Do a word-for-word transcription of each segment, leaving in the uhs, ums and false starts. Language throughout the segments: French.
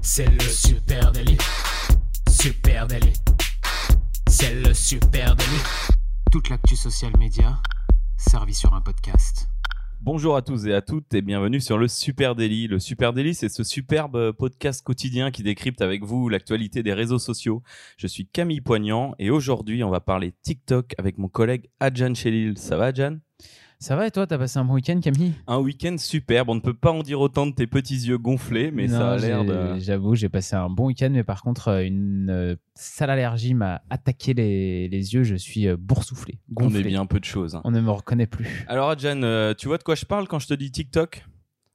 C'est le super délit. Super délit. C'est le super délit. Toute l'actu social média servie sur un podcast. Bonjour à tous et à toutes et bienvenue sur le Super Daily. Le Super Daily, c'est ce superbe podcast quotidien qui décrypte avec vous l'actualité des réseaux sociaux. Je suis Camille Poignant et aujourd'hui, on va parler TikTok avec mon collègue Adjan Chelil. Ça va, Adjan ? Ça va et toi, t'as passé un bon week-end, Camille ? Un week-end superbe. On ne peut pas en dire autant de tes petits yeux gonflés, mais non, ça a l'air j'ai, de... J'avoue, j'ai passé un bon week-end, mais par contre, une euh, sale allergie m'a attaqué les, les yeux. Je suis euh, boursouflé, gonflé. On est bien peu de choses. Hein. On ne me reconnaît plus. Alors, Adjan, euh, tu vois de quoi je parle quand je te dis TikTok ?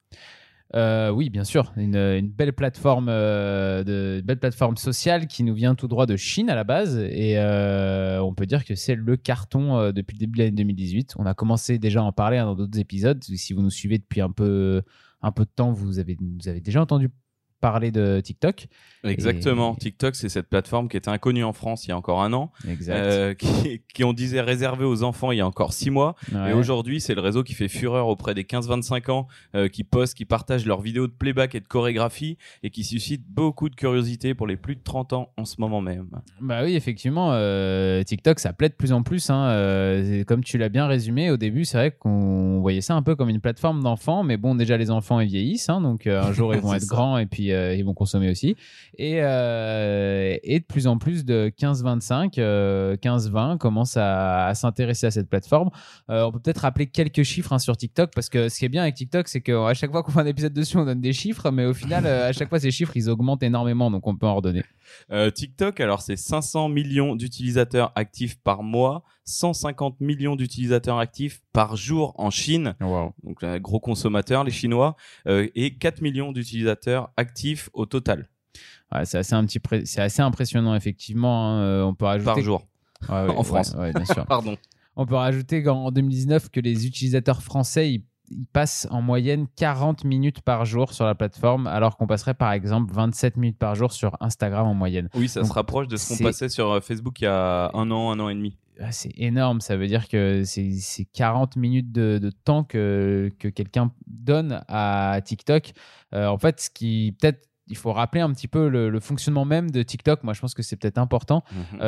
Euh, oui, bien sûr, une, une belle plateforme, euh, de, une belle plateforme sociale qui nous vient tout droit de Chine à la base, et euh, on peut dire que c'est le carton euh, depuis le début de l'année deux mille dix-huit. On a commencé déjà à en parler hein, dans d'autres épisodes. Si vous nous suivez depuis un peu, un peu de temps, vous avez, vous avez déjà entendu parler de TikTok. Exactement. Et... TikTok, c'est cette plateforme qui était inconnue en France il y a encore un an, exact. Euh, qui, qui on disait réservée aux enfants il y a encore six mois. Ouais. Et aujourd'hui, c'est le réseau qui fait fureur auprès des quinze vingt-cinq ans, euh, qui postent, qui partagent leurs vidéos de playback et de chorégraphie et qui suscite beaucoup de curiosité pour les plus de trente ans en ce moment même. Bah oui, effectivement, euh, TikTok, ça plaît de plus en plus. Hein, euh, comme tu l'as bien résumé, au début, c'est vrai qu'on voyait ça un peu comme une plateforme d'enfants, mais bon, déjà, les enfants, ils vieillissent, hein, donc euh, un jour, ils vont être ça. grands et puis euh, ils vont consommer aussi. Et, euh, et de plus en plus de quinze vingt-cinq, euh, quinze vingt commencent à, à s'intéresser à cette plateforme. Euh, on peut peut-être rappeler quelques chiffres hein, sur TikTok, parce que ce qui est bien avec TikTok, c'est qu'à chaque fois qu'on fait un épisode dessus, on donne des chiffres, mais au final, euh, à chaque fois, ces chiffres, ils augmentent énormément, donc on peut en redonner. Euh, TikTok, alors c'est cinq cents millions d'utilisateurs actifs par mois, cent cinquante millions d'utilisateurs actifs par jour en Chine, Wow. donc euh, gros consommateurs les Chinois, euh, et quatre millions d'utilisateurs actifs au total. Ouais, c'est, assez un petit pré... c'est assez impressionnant, effectivement. Hein. Euh, on peut rajouter... Par jour, ouais, ouais, en France. Ouais, ouais, bien sûr. Pardon. On peut rajouter qu'en deux mille dix-neuf, que les utilisateurs français, ils, ils passent en moyenne quarante minutes par jour sur la plateforme, alors qu'on passerait par exemple vingt-sept minutes par jour sur Instagram en moyenne. Oui, ça Donc, se rapproche de ce qu'on c'est... passait sur Facebook il y a un an, un an et demi. C'est énorme, ça veut dire que c'est, c'est quarante minutes de, de temps que, que quelqu'un donne à TikTok. Euh, en fait, ce qui peut-être il faut rappeler un petit peu le, le fonctionnement même de TikTok. Moi, je pense que c'est peut-être important. Mmh.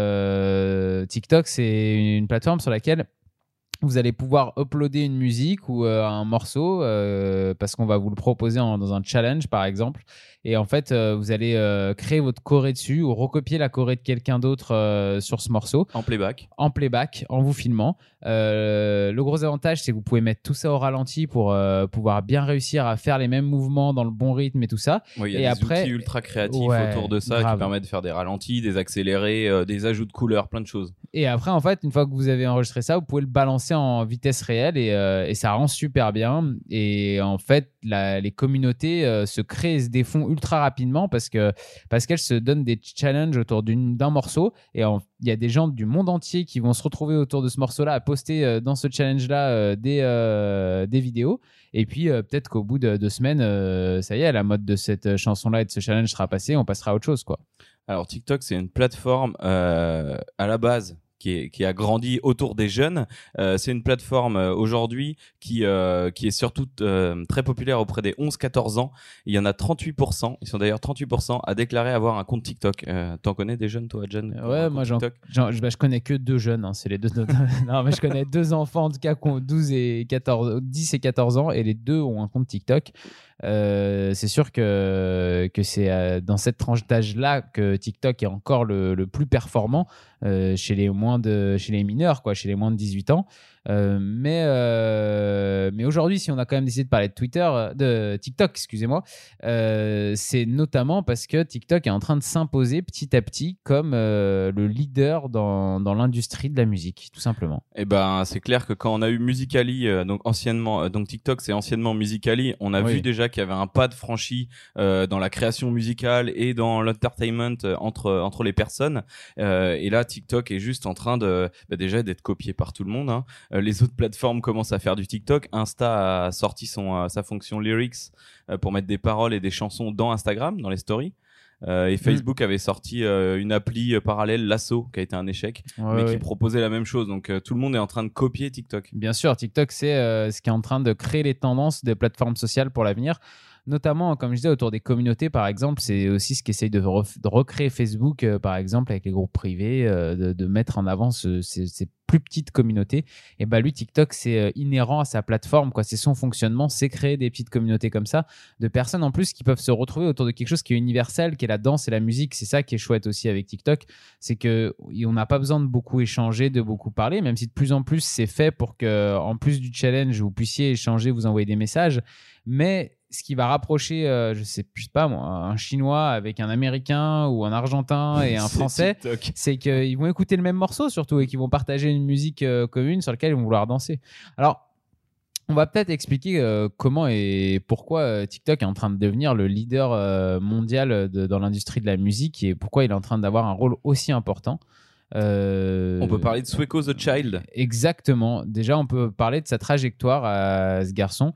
Euh, TikTok, c'est une plateforme sur laquelle vous allez pouvoir uploader une musique ou euh, un morceau euh, parce qu'on va vous le proposer en, dans un challenge, par exemple. Et en fait, euh, vous allez euh, créer votre choré dessus ou recopier la choré de quelqu'un d'autre euh, sur ce morceau. En playback. En playback, en vous filmant. Euh, le gros avantage, c'est que vous pouvez mettre tout ça au ralenti pour euh, pouvoir bien réussir à faire les mêmes mouvements dans le bon rythme et tout ça. Oui, il y a et des après, outils ultra créatifs ouais, autour de ça grave. qui permettent de faire des ralentis, des accélérés, euh, des ajouts de couleurs, plein de choses. Et après, en fait, une fois que vous avez enregistré ça, vous pouvez le balancer en vitesse réelle et, euh, et ça rend super bien. Et en fait, la, les communautés euh, se créent et se défont ultra rapidement parce, que, parce qu'elles se donnent des challenges autour d'une, d'un morceau. Et il y a des gens du monde entier qui vont se retrouver autour de ce morceau-là à poster euh, dans ce challenge-là euh, des, euh, des vidéos. Et puis, euh, peut-être qu'au bout de deux semaines, euh, ça y est, la mode de cette chanson-là et de ce challenge sera passée. On passera à autre chose, quoi. Alors, TikTok, c'est une plateforme euh, à la base qui, est, qui a grandi autour des jeunes. Euh, c'est une plateforme euh, aujourd'hui qui, euh, qui est surtout euh, très populaire auprès des onze quatorze ans. Il y en a trente-huit pour cent, ils sont d'ailleurs trente-huit pour cent à déclarer avoir un compte TikTok. Euh, t'en connais des jeunes, toi, John ? Ouais, moi, j'en, j'en, bah, je connais que deux jeunes. Hein, c'est les deux. Non, mais je connais deux enfants, en tout cas, qui ont douze et quatorze, dix et quatorze ans, et les deux ont un compte TikTok. Euh, c'est sûr que, que c'est euh, dans cette tranche d'âge-là que TikTok est encore le, le plus performant euh, chez les moins de, chez les mineurs, quoi, chez les moins de dix-huit ans. Euh, mais, euh, mais aujourd'hui, si on a quand même décidé de parler de Twitter, de TikTok, excusez-moi, euh, c'est notamment parce que TikTok est en train de s'imposer petit à petit comme euh, le leader dans, dans l'industrie de la musique, tout simplement. Eh ben, c'est clair que quand on a eu Musical.ly, euh, donc anciennement, euh, donc TikTok, c'est anciennement Musical.ly, on a oui. vu déjà qu'il y avait un pas de franchi euh, dans la création musicale et dans l'entertainment euh, entre entre les personnes. Euh, et là, TikTok est juste en train de bah, déjà d'être copié par tout le monde. Hein. Euh, les autres plateformes commencent à faire du TikTok. Insta a sorti son euh, sa fonction Lyrics euh, pour mettre des paroles et des chansons dans Instagram, dans les stories. Euh, et Facebook mmh. avait sorti euh, une appli euh, parallèle, Lasso, qui a été un échec, ouais, mais ouais. qui proposait la même chose. Donc euh, tout le monde est en train de copier TikTok. Bien sûr, TikTok, c'est euh, ce qui est en train de créer les tendances des plateformes sociales pour l'avenir. notamment, comme je disais, autour des communautés, par exemple. C'est aussi ce qu'essaye de, re- de recréer Facebook, euh, par exemple, avec les groupes privés, euh, de, de mettre en avant ce, ces, ces plus petites communautés. Et bah lui, TikTok, c'est euh, inhérent à sa plateforme, quoi. C'est son fonctionnement, c'est créer des petites communautés comme ça, de personnes en plus qui peuvent se retrouver autour de quelque chose qui est universel, qui est la danse et la musique. C'est ça qui est chouette aussi avec TikTok, c'est que on n'a pas besoin de beaucoup échanger, de beaucoup parler, même si de plus en plus c'est fait pour que, en plus du challenge, vous puissiez échanger, vous envoyer des messages. Mais ce qui va rapprocher, euh, je sais, je sais pas moi, un Chinois avec un Américain ou un Argentin et un C'est Français, TikTok. c'est qu'ils vont écouter le même morceau surtout et qu'ils vont partager une musique euh, commune sur laquelle ils vont vouloir danser. Alors, on va peut-être expliquer euh, comment et pourquoi euh, TikTok est en train de devenir le leader euh, mondial de, dans l'industrie de la musique et pourquoi il est en train d'avoir un rôle aussi important. Euh... On peut parler de Sueko the Child. Exactement. Déjà, on peut parler de sa trajectoire à ce garçon.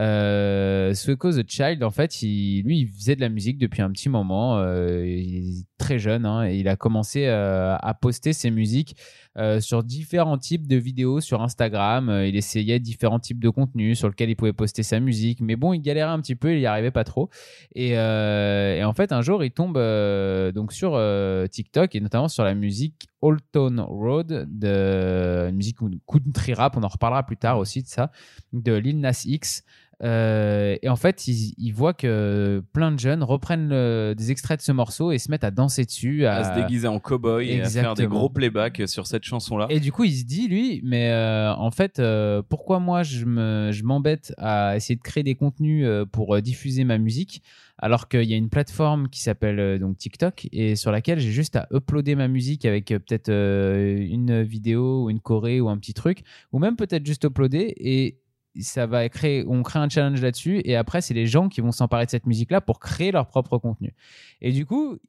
Euh, Sueko the Child, en fait, il, lui, il faisait de la musique depuis un petit moment. Euh, il est très jeune, hein, et il a commencé euh, à poster ses musiques euh, sur différents types de vidéos sur Instagram. Euh, il essayait différents types de contenus sur lesquels il pouvait poster sa musique. Mais bon, il galérait un petit peu, il n'y arrivait pas trop. Et, euh, et en fait, un jour, il tombe euh, donc sur euh, TikTok et notamment sur la musique Old Town Road, de une musique country rap, on en reparlera plus tard aussi de ça, de Lil Nas X. Euh, et en fait, il, il voit que plein de jeunes reprennent le, des extraits de ce morceau et se mettent à danser dessus, à, à se déguiser en cow-boy et à faire des gros playbacks sur cette chanson-là. Et du coup, il se dit, lui, mais euh, en fait, euh, pourquoi moi je, me, je m'embête à essayer de créer des contenus euh, pour euh, diffuser ma musique alors qu'il y a une plateforme qui s'appelle euh, donc TikTok et sur laquelle j'ai juste à uploader ma musique avec euh, peut-être euh, une vidéo ou une choré ou un petit truc, ou même peut-être juste uploader et ça va créer, on crée un challenge là-dessus et après c'est les gens qui vont s'emparer de cette musique-là pour créer leur propre contenu. Et du coup,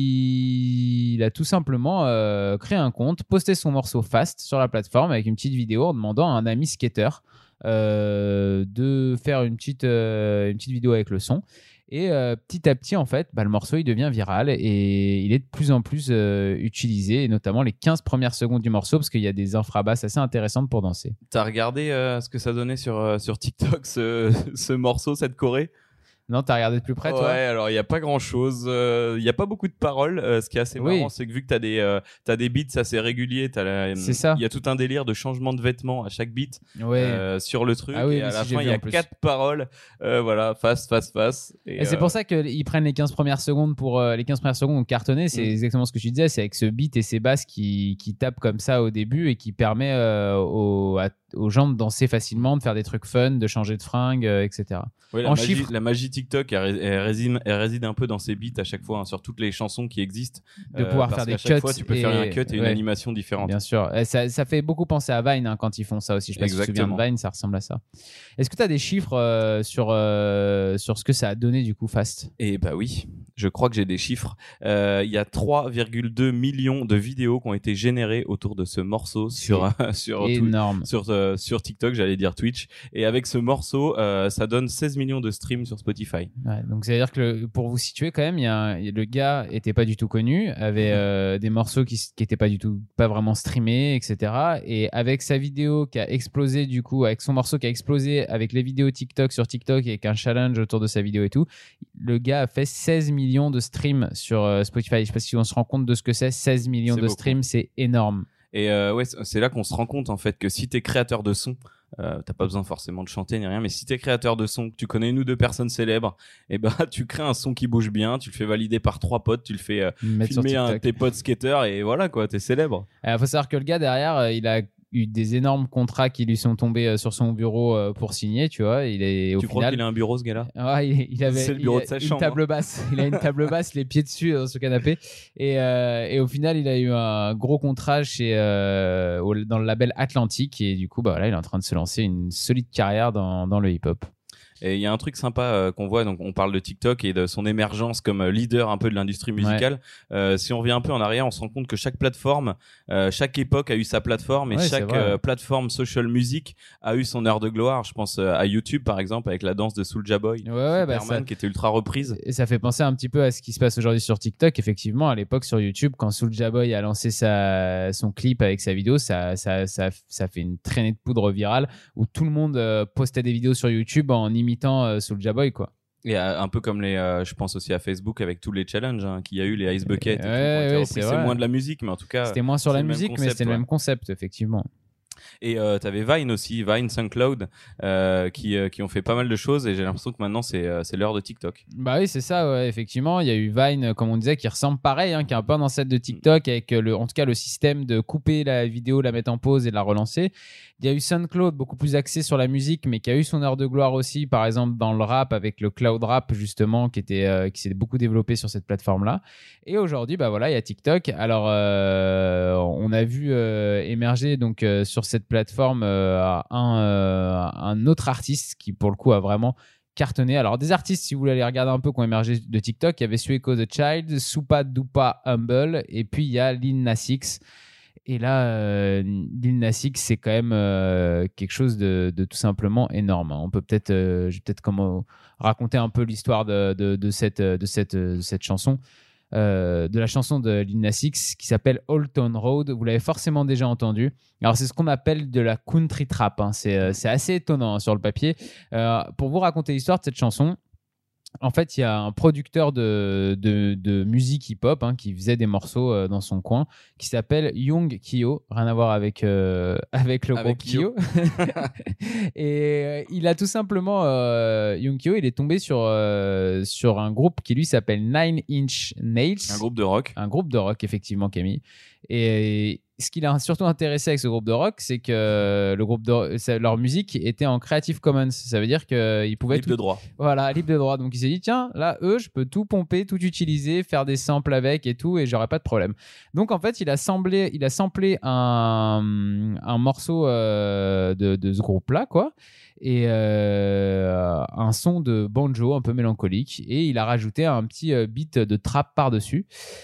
il, il a tout simplement euh, créé un compte, posté son morceau Fast sur la plateforme avec une petite vidéo en demandant à un ami skater euh, de faire une petite, euh, une petite vidéo avec le son. Et euh, petit à petit, en fait, bah, le morceau il devient viral et il est de plus en plus euh, utilisé, et notamment les quinze premières secondes du morceau, parce qu'il y a des infrabasses assez intéressantes pour danser. T'as regardé euh, ce que ça donnait sur, euh, sur TikTok, ce, ce morceau, cette choré ? Non, t'as regardé de plus près, toi ? Ouais, alors il n'y a pas grand-chose. Il euh, n'y a pas beaucoup de paroles. Euh, ce qui est assez Oui. marrant, c'est que vu que t'as des, euh, t'as des beats assez réguliers, t'as la, C'est ça. Il y a tout un délire de changement de vêtements à chaque beat Ouais. euh, sur le truc. Ah oui, et à mais la si, j'ai fin, vu il y a en plus. quatre paroles. Euh, voilà, fast, fast, fast. Et, Et c'est euh, pour ça qu'ils prennent les quinze premières secondes pour euh, les quinze premières secondes ont cartonné. C'est Mm. exactement ce que tu disais. C'est avec ce beat et ces basses qui, qui tapent comme ça au début et qui permet euh, aux, à- aux gens de danser facilement, de faire des trucs fun, de changer de fringue, euh, et cetera. ouais, la, en magie, chiffres. la magie TikTok, elle, ré- elle réside, elle réside un peu dans ces beats à chaque fois, hein, sur toutes les chansons qui existent. De pouvoir parce faire des qu'à chaque cuts fois, tu peux et- faire un cut et une ouais. animation différente. Bien sûr. Et Ça, ça fait beaucoup penser à Vine hein, quand ils font ça aussi. Je sais pas si tu te souviens de Exactement. Vine, ça ressemble à ça. Est-ce que tu as des chiffres euh, sur, euh, sur ce que ça a donné du coup Fast ? Et bah oui, je crois que j'ai des chiffres. Euh, Il y a trois virgule deux millions de vidéos qui ont été générées autour de ce morceau sur sur tout- Énorme. sur euh, sur TikTok, j'allais dire Twitch. Et avec ce morceau, euh, ça donne seize millions de streams sur Spotify. Ouais, donc c'est à dire que le- pour vous situer quand même, il y a un- le gars était pas du tout connu, avait euh, des morceaux qui s- qui étaient pas du tout, pas vraiment streamés, et cetera. Et avec sa vidéo qui a explosé du coup, avec son morceau qui a explosé, avec les vidéos TikTok sur TikTok et avec un challenge autour de sa vidéo et tout, le gars a fait seize millions de streams sur euh, Spotify. Je sais pas si on se rend compte de ce que c'est, seize millions C'est de beaucoup. streams, c'est énorme. Et euh, ouais, c'est c'est là qu'on se rend compte en fait que si t'es créateur de son, euh, t'as pas besoin forcément de chanter ni rien, mais si t'es créateur de son, que tu connais une ou deux personnes célèbres, et ben tu crées un son qui bouge bien, tu le fais valider par trois potes, tu le fais euh, Mettre sur filmer un de TikTok. tes potes skateurs et voilà quoi, t'es célèbre. Il faut savoir que le gars derrière, euh, il a eu des énormes contrats qui lui sont tombés euh, sur son bureau euh, pour signer, tu vois. Il est au tu crois final. qu'il a un bureau ce gars-là ? Ouais, il, il avait C'est le bureau il a de sa une chambre, table basse. Il a une table basse, les pieds dessus dans ce canapé. Et, euh, et au final, il a eu un gros contrat chez, euh, au- dans le label Atlantic. Et du coup, bah, voilà, il est en train de se lancer une solide carrière dans, dans le hip-hop. Et il y a un truc sympa euh, qu'on voit, donc on parle de TikTok et de son émergence comme euh, leader un peu de l'industrie musicale. Euh, si on revient un peu en arrière, on se rend compte que chaque plateforme, euh, chaque époque a eu sa plateforme et Ouais, c'est chaque vrai. euh, plateforme social music a eu son heure de gloire. Je pense euh, à YouTube par exemple avec la danse de Soulja Boy, Ouais, ouais, bah, Superman, ça, qui était ultra reprise. et ça fait penser un petit peu à ce qui se passe aujourd'hui sur TikTok. Effectivement, à l'époque sur YouTube, quand Soulja Boy a lancé sa, son clip avec sa vidéo, ça, ça, ça, ça fait une traînée de poudre virale où tout le monde euh, postait des vidéos sur YouTube en imitant euh, Soulja Boy, quoi. Et euh, un peu comme les, euh, je pense aussi à Facebook avec tous les challenges hein, qu'il y a eu, les Ice Bucket. Et, et ouais, tout, ouais, ouais, c'est, c'est moins de la musique, mais en tout cas. C'était moins sur la musique, concept, mais c'était ouais. le même concept, effectivement. Et euh, t'avais Vine aussi, Vine, SoundCloud, euh, qui euh, qui ont fait pas mal de choses. Et j'ai l'impression que maintenant c'est euh, c'est l'heure de TikTok. Bah oui, c'est ça. Ouais, effectivement, il y a eu Vine, comme on disait, qui ressemble pareil, hein, qui est un peu un ancêtre de TikTok avec le, en tout cas le système de couper la vidéo, la mettre en pause et de la relancer. Il y a eu SoundCloud, beaucoup plus axé sur la musique, mais qui a eu son heure de gloire aussi, par exemple dans le rap avec le cloud rap justement, qui était euh, qui s'est beaucoup développé sur cette plateforme-là. Et aujourd'hui, bah voilà, il y a TikTok. Alors, euh, on a vu euh, émerger donc euh, sur cette plateforme euh, un euh, un autre artiste qui pour le coup a vraiment cartonné. Alors des artistes, si vous voulez aller regarder un peu, qui ont émergé de TikTok, il y avait Sueko the Child, Supa Dupa Humble, et puis il y a Lil Nas X. Et là, euh, Lil Nas X, c'est quand même euh, quelque chose de, de tout simplement énorme. On peut peut-être, euh, je vais peut-être comment raconter un peu l'histoire de, de, de cette, de cette, de cette chanson, euh, de la chanson de Lil Nas X qui s'appelle Old Town Road. Vous l'avez forcément déjà entendu. Alors c'est ce qu'on appelle de la country trap. Hein. C'est, euh, c'est assez étonnant hein, sur le papier. Euh, pour vous raconter l'histoire de cette chanson. En fait, il y a un producteur de, de, de musique hip-hop hein, qui faisait des morceaux euh, dans son coin, qui s'appelle Young Kyo, rien à voir avec, euh, avec le avec groupe Kyo. Et euh, il a tout simplement, euh, Young Kyo, il est tombé sur, euh, sur un groupe qui lui s'appelle Nine Inch Nails. Un groupe de rock. Un groupe de rock, effectivement, Camille. Et ce qui l'a surtout intéressé avec ce groupe de rock, c'est que le groupe de, leur musique était en Creative Commons. Ça veut dire qu'ils pouvaient libre tout, de droit. Voilà, libre de droit. Donc il s'est dit tiens, là eux, je peux tout pomper, tout utiliser, faire des samples avec et tout, et j'aurai pas de problème. Donc en fait, il a samplé, il a samplé un, un morceau euh, de, de ce groupe-là, quoi. Et euh, un son de banjo un peu mélancolique, et il a rajouté un petit euh, beat de trap par-dessus.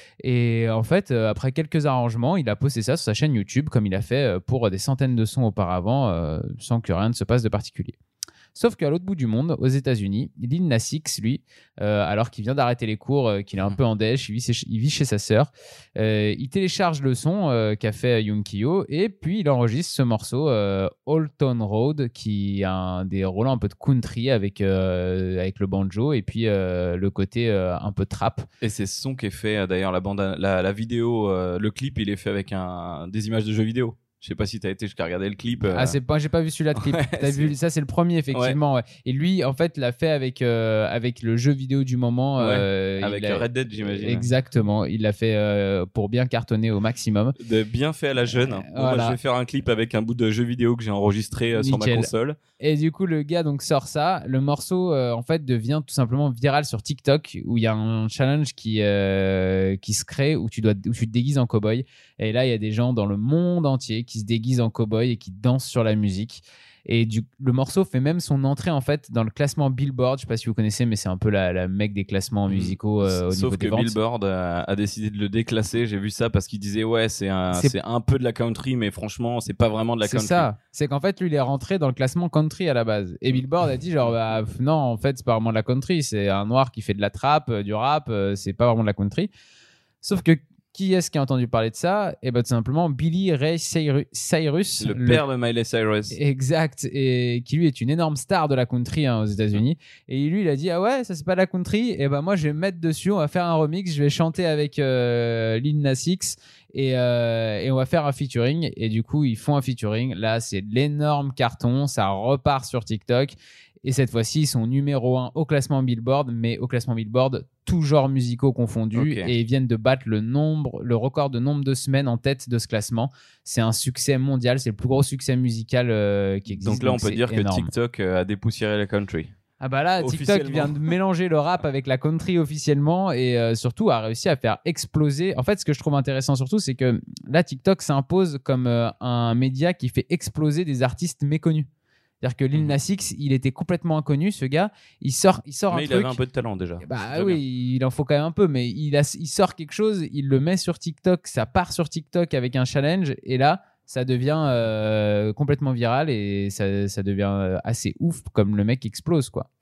Et en fait, euh, après quelques arrangements, il a posté ça sur sa chaîne YouTube, comme il a fait pour des centaines de sons auparavant, euh, sans que rien ne se passe de particulier. Sauf qu'à l'autre bout du monde, aux États-Unis, Lil Nas X, lui, euh, alors qu'il vient d'arrêter les cours, euh, qu'il est un peu en dèche, il vit, il vit chez sa sœur, euh, il télécharge le son euh, qu'a fait Young Kyo, et puis il enregistre ce morceau euh, Old Town Road, qui a un des rôles un peu de country avec, euh, avec le banjo, et puis euh, le côté euh, un peu trap. Et c'est ce son qui est fait, d'ailleurs, la, bande, la, la vidéo, euh, le clip, il est fait avec un, des images de jeux vidéo. Je sais pas si t'as été jusqu'à regarder le clip. Euh... Ah, c'est pas, j'ai pas vu celui-là de clip. Ouais, T'as c'est... vu, ça, c'est le premier, effectivement. Ouais. Ouais. Et lui, en fait, l'a fait avec, euh, avec le jeu vidéo du moment. Ouais, euh, avec a... Red Dead, j'imagine. Exactement. Il l'a fait euh, pour bien cartonner au maximum. De bien fait à la jeune. Bon, voilà. Moi, je vais faire un clip avec un bout de jeu vidéo que j'ai enregistré euh, sur ma console. Et du coup, le gars donc sort ça. Le morceau, euh, en fait, devient tout simplement viral sur TikTok, où il y a un challenge qui, euh, qui se crée, où tu, dois, où tu te déguises en cow-boy. Et là, il y a des gens dans le monde entier qui se déguisent en cow-boy et qui danse sur la musique. Et du, le morceau fait même son entrée en fait dans le classement Billboard. Je sais pas si vous connaissez, mais c'est un peu la, la mec des classements musicaux euh, au Sauf niveau des ventes. Sauf que Billboard a, a décidé de le déclasser. J'ai vu ça parce qu'il disait ouais c'est un, c'est... c'est un peu de la country, mais franchement c'est pas vraiment de la c'est country. C'est ça. C'est qu'en fait lui il est rentré dans le classement country à la base. Et Billboard a dit genre bah, non en fait c'est pas vraiment de la country. C'est un noir qui fait de la trap, euh, du rap. Euh, c'est pas vraiment de la country. Sauf que qui est-ce qui a entendu parler de ça? Et bien, tout simplement, Billy Ray Cyrus. Le, le père de Miley Cyrus. Exact. Et qui, lui, est une énorme star de la country hein, aux États-Unis. Et lui, il a dit ah ouais, ça, c'est pas de la country. Et ben, moi, je vais me mettre dessus. On va faire un remix. Je vais chanter avec euh, Lil Nas X. Et, euh, et on va faire un featuring. Et du coup, ils font un featuring. Là, c'est l'énorme carton. Ça repart sur TikTok. Et cette fois-ci, ils sont numéro un au classement Billboard, mais au classement Billboard, tous genres musicaux confondus. Okay. Et ils viennent de battre le, nombre, le record de nombre de semaines en tête de ce classement. C'est un succès mondial. C'est le plus gros succès musical euh, qui existe. Donc là, on donc peut dire énorme. Que TikTok euh, a dépoussiéré la country. Ah bah là, TikTok vient de mélanger le rap avec la country officiellement et euh, surtout a réussi à faire exploser. En fait, ce que je trouve intéressant surtout, c'est que là, TikTok s'impose comme euh, un média qui fait exploser des artistes méconnus. C'est-à-dire que Lil Nas X, il était complètement inconnu, ce gars. Il sort, il sort mais un il truc. avait un peu de talent déjà. Bah oui, bien. Il en faut quand même un peu, mais il, a, il sort quelque chose, il le met sur TikTok, ça part sur TikTok avec un challenge, et là, ça devient euh, complètement viral et ça, ça devient assez ouf, comme le mec explose, quoi.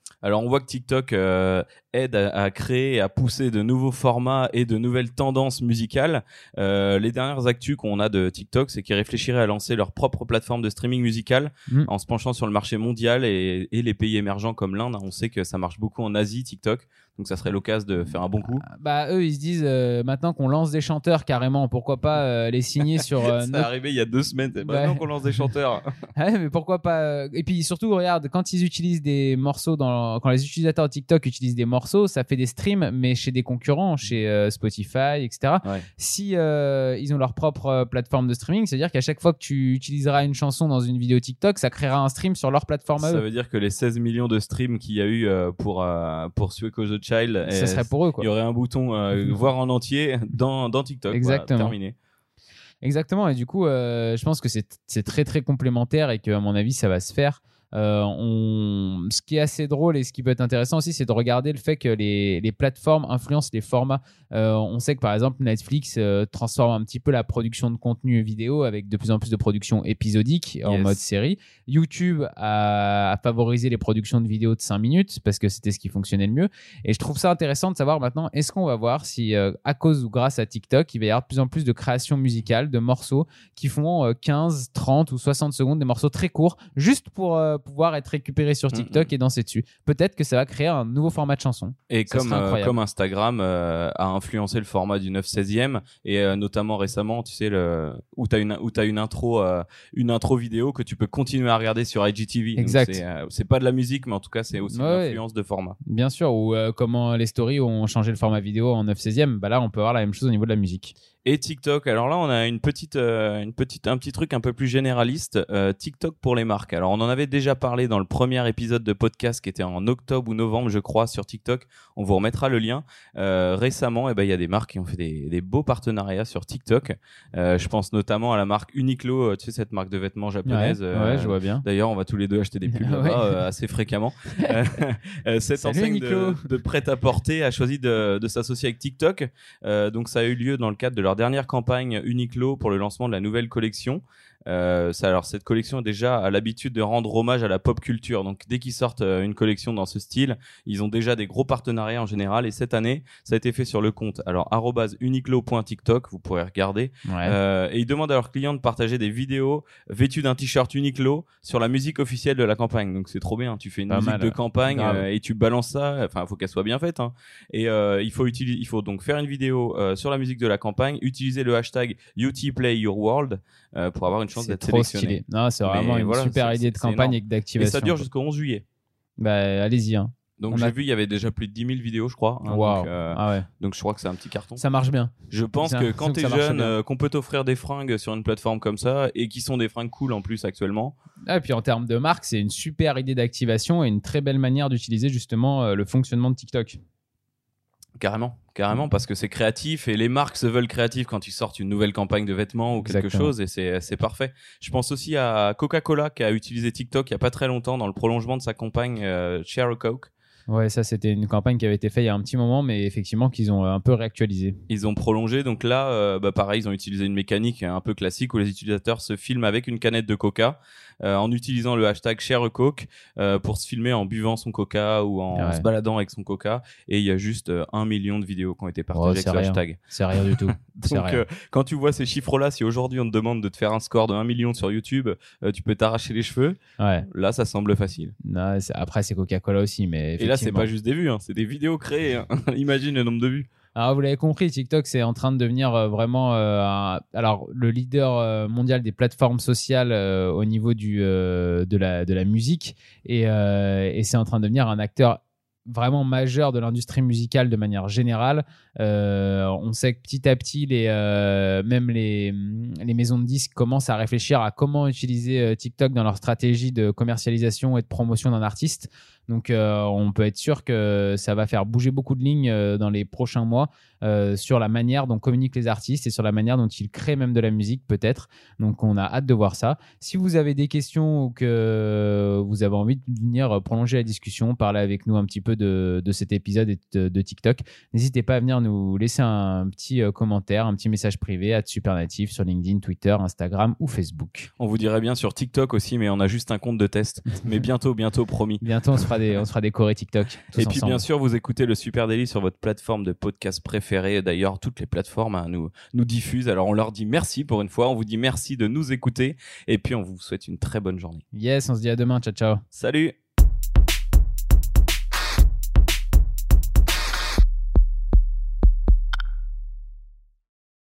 Alors, on voit que TikTok euh, aide à, à créer et à pousser de nouveaux formats et de nouvelles tendances musicales. Euh, les dernières actus qu'on a de TikTok, c'est qu'ils réfléchiraient à lancer leur propre plateforme de streaming musical mmh. en se penchant sur le marché mondial et, et les pays émergents comme l'Inde. On sait que ça marche beaucoup en Asie, TikTok. Donc, ça serait l'occasion de faire un bon coup. Bah, eux, ils se disent euh, maintenant qu'on lance des chanteurs carrément, pourquoi pas euh, les signer sur. Euh, ça notre... est arrivé il y a deux semaines. Bah, maintenant qu'on lance des chanteurs. Ouais, mais pourquoi pas. Euh... Et puis surtout, regarde, quand ils utilisent des morceaux, dans... quand les utilisateurs de TikTok utilisent des morceaux, ça fait des streams, mais chez des concurrents, chez euh, Spotify, et cetera. Ouais. Si euh, ils ont leur propre euh, plateforme de streaming, c'est-à-dire qu'à chaque fois que tu utiliseras une chanson dans une vidéo TikTok, ça créera un stream sur leur plateforme à eux. Ça veut dire que les seize millions de streams qu'il y a eu euh, pour, euh, pour Sueco the Child, ça serait pour eux, quoi. Il y aurait un bouton euh, voir en entier dans, dans TikTok. Exactement. Voilà, terminé. Exactement. Et du coup, euh, je pense que c'est, c'est très, très complémentaire et qu'à mon avis, ça va se faire. Euh, on... Ce qui est assez drôle et ce qui peut être intéressant aussi, c'est de regarder le fait que les, les plateformes influencent les formats. Euh, on sait que par exemple Netflix euh, transforme un petit peu la production de contenu vidéo avec de plus en plus de productions épisodiques en yes. mode série. YouTube a, a favorisé les productions de vidéos de cinq minutes parce que c'était ce qui fonctionnait le mieux. Et je trouve ça intéressant de savoir maintenant, est-ce qu'on va voir si euh, à cause ou grâce à TikTok, il va y avoir de plus en plus de créations musicales, de morceaux qui font euh, quinze, trente ou soixante secondes, des morceaux très courts, juste pour euh, pouvoir être récupérés sur TikTok mmh. et danser dessus. Peut-être que ça va créer un nouveau format de chanson. Et comme, euh, comme Instagram euh, a influencé le format du neuf seizième et euh, notamment récemment, tu sais, le, où tu as une, où t'as une, intro, euh, une intro vidéo que tu peux continuer à regarder sur I G T V. Exact. Donc c'est, euh, c'est pas de la musique, mais en tout cas, c'est aussi ouais, une influence ouais. de format. Bien sûr, ou euh, comment les stories ont changé le format vidéo en neuf seizième. Bah là, on peut avoir la même chose au niveau de la musique. Et TikTok. Alors là, on a une petite, euh, une petite, un petit truc un peu plus généraliste. Euh, TikTok pour les marques. Alors, on en avait déjà parlé dans le premier épisode de podcast qui était en octobre ou novembre, je crois, sur TikTok. On vous remettra le lien. Euh, récemment, eh ben, il y a des marques qui ont fait des, des beaux partenariats sur TikTok. Euh, je pense notamment à la marque Uniqlo, tu sais, cette marque de vêtements japonaise. Ouais, euh, ouais je vois bien. D'ailleurs, on va tous les deux acheter des pulls là-bas ouais. euh, assez fréquemment. euh, cette Salut, enseigne de, de prêt-à-porter a choisi de, de s'associer avec TikTok. Euh, donc, ça a eu lieu dans le cadre de leur dernière campagne Uniqlo pour le lancement de la nouvelle collection. Euh, ça, alors cette collection déjà a l'habitude de rendre hommage à la pop culture. Donc dès qu'ils sortent euh, une collection dans ce style, ils ont déjà des gros partenariats en général. Et cette année, ça a été fait sur le compte. Alors arobase uniqlo point tiktok, vous pourrez regarder. Ouais. Euh, et ils demandent à leurs clients de partager des vidéos vêtues d'un t-shirt Uniqlo sur la musique officielle de la campagne. Donc c'est trop bien. Tu fais une Pas musique mal, de campagne euh, et tu balances ça. Enfin, il faut qu'elle soit bien faite. Hein. Et euh, il faut utiliser, il faut donc faire une vidéo euh, sur la musique de la campagne, utiliser le hashtag U T Play Your World euh, pour avoir une chance c'est d'être sélectionné. Stylé. Non, c'est vraiment Mais une voilà, super c'est, idée de campagne et d'activation. Et ça dure jusqu'au onze juillet. Bah, allez-y. Hein. Donc On j'ai a... vu, il y avait déjà plus de dix mille vidéos, je crois. Hein, wow. donc, euh, ah ouais. donc je crois que c'est un petit carton. Ça marche bien. Je pense que quand t'es jeune, euh, qu'on peut t'offrir des fringues sur une plateforme comme ça et qui sont des fringues cool en plus actuellement. Ah, et puis en termes de marque, c'est une super idée d'activation et une très belle manière d'utiliser justement euh, le fonctionnement de TikTok. Carrément, carrément, parce que c'est créatif et les marques se veulent créatives quand ils sortent une nouvelle campagne de vêtements ou quelque Exactement. chose et c'est, c'est parfait. Je pense aussi à Coca-Cola qui a utilisé TikTok il y a pas très longtemps dans le prolongement de sa campagne euh, Share a Coke. Ouais, ça c'était une campagne qui avait été faite il y a un petit moment, mais effectivement qu'ils ont un peu réactualisé. Ils ont prolongé, donc là, euh, bah pareil, ils ont utilisé une mécanique un peu classique où les utilisateurs se filment avec une canette de Coca euh, en utilisant le hashtag Share a Coke euh, pour se filmer en buvant son Coca ou en ouais. se baladant avec son Coca. Et il y a juste euh, un million de vidéos qui ont été partagées oh, avec ce rien. hashtag. C'est rien du tout. C'est donc, rien. Euh, quand tu vois ces chiffres-là, si aujourd'hui on te demande de te faire un score de un million sur YouTube, euh, tu peux t'arracher les cheveux. Ouais. Là, ça semble facile. Non, c'est... Après, c'est Coca-Cola aussi, mais et là, c'est pas juste des vues. Hein. C'est des vidéos créées. Hein. Imagine le nombre de vues. Alors, vous l'avez compris, TikTok, c'est en train de devenir euh, vraiment euh, un, alors, le leader euh, mondial des plateformes sociales euh, au niveau du, euh, de, la, de la musique. Et, euh, et c'est en train de devenir un acteur vraiment majeur de l'industrie musicale de manière générale. Euh, on sait que petit à petit, les, euh, même les, les maisons de disques commencent à réfléchir à comment utiliser euh, TikTok dans leur stratégie de commercialisation et de promotion d'un artiste. Donc, euh, on peut être sûr que ça va faire bouger beaucoup de lignes euh, dans les prochains mois euh, sur la manière dont communiquent les artistes et sur la manière dont ils créent même de la musique, peut-être. Donc, on a hâte de voir ça. Si vous avez des questions ou que vous avez envie de venir prolonger la discussion, parler avec nous un petit peu peu de, de cet épisode et de, de TikTok. N'hésitez pas à venir nous laisser un petit euh, commentaire, un petit message privé à Supernatif sur LinkedIn, Twitter, Instagram ou Facebook. On vous dirait bien sur TikTok aussi, mais on a juste un compte de test. Mais bientôt, bientôt, promis. Bientôt, on se fera des, on se fera des chorés TikTok. Et puis, ensemble. Bien sûr, vous écoutez le Super Daily sur votre plateforme de podcast préférée. D'ailleurs, toutes les plateformes hein, nous, nous diffusent. Alors, on leur dit merci pour une fois. On vous dit merci de nous écouter. Et puis, on vous souhaite une très bonne journée. Yes, on se dit à demain. Ciao, ciao. Salut!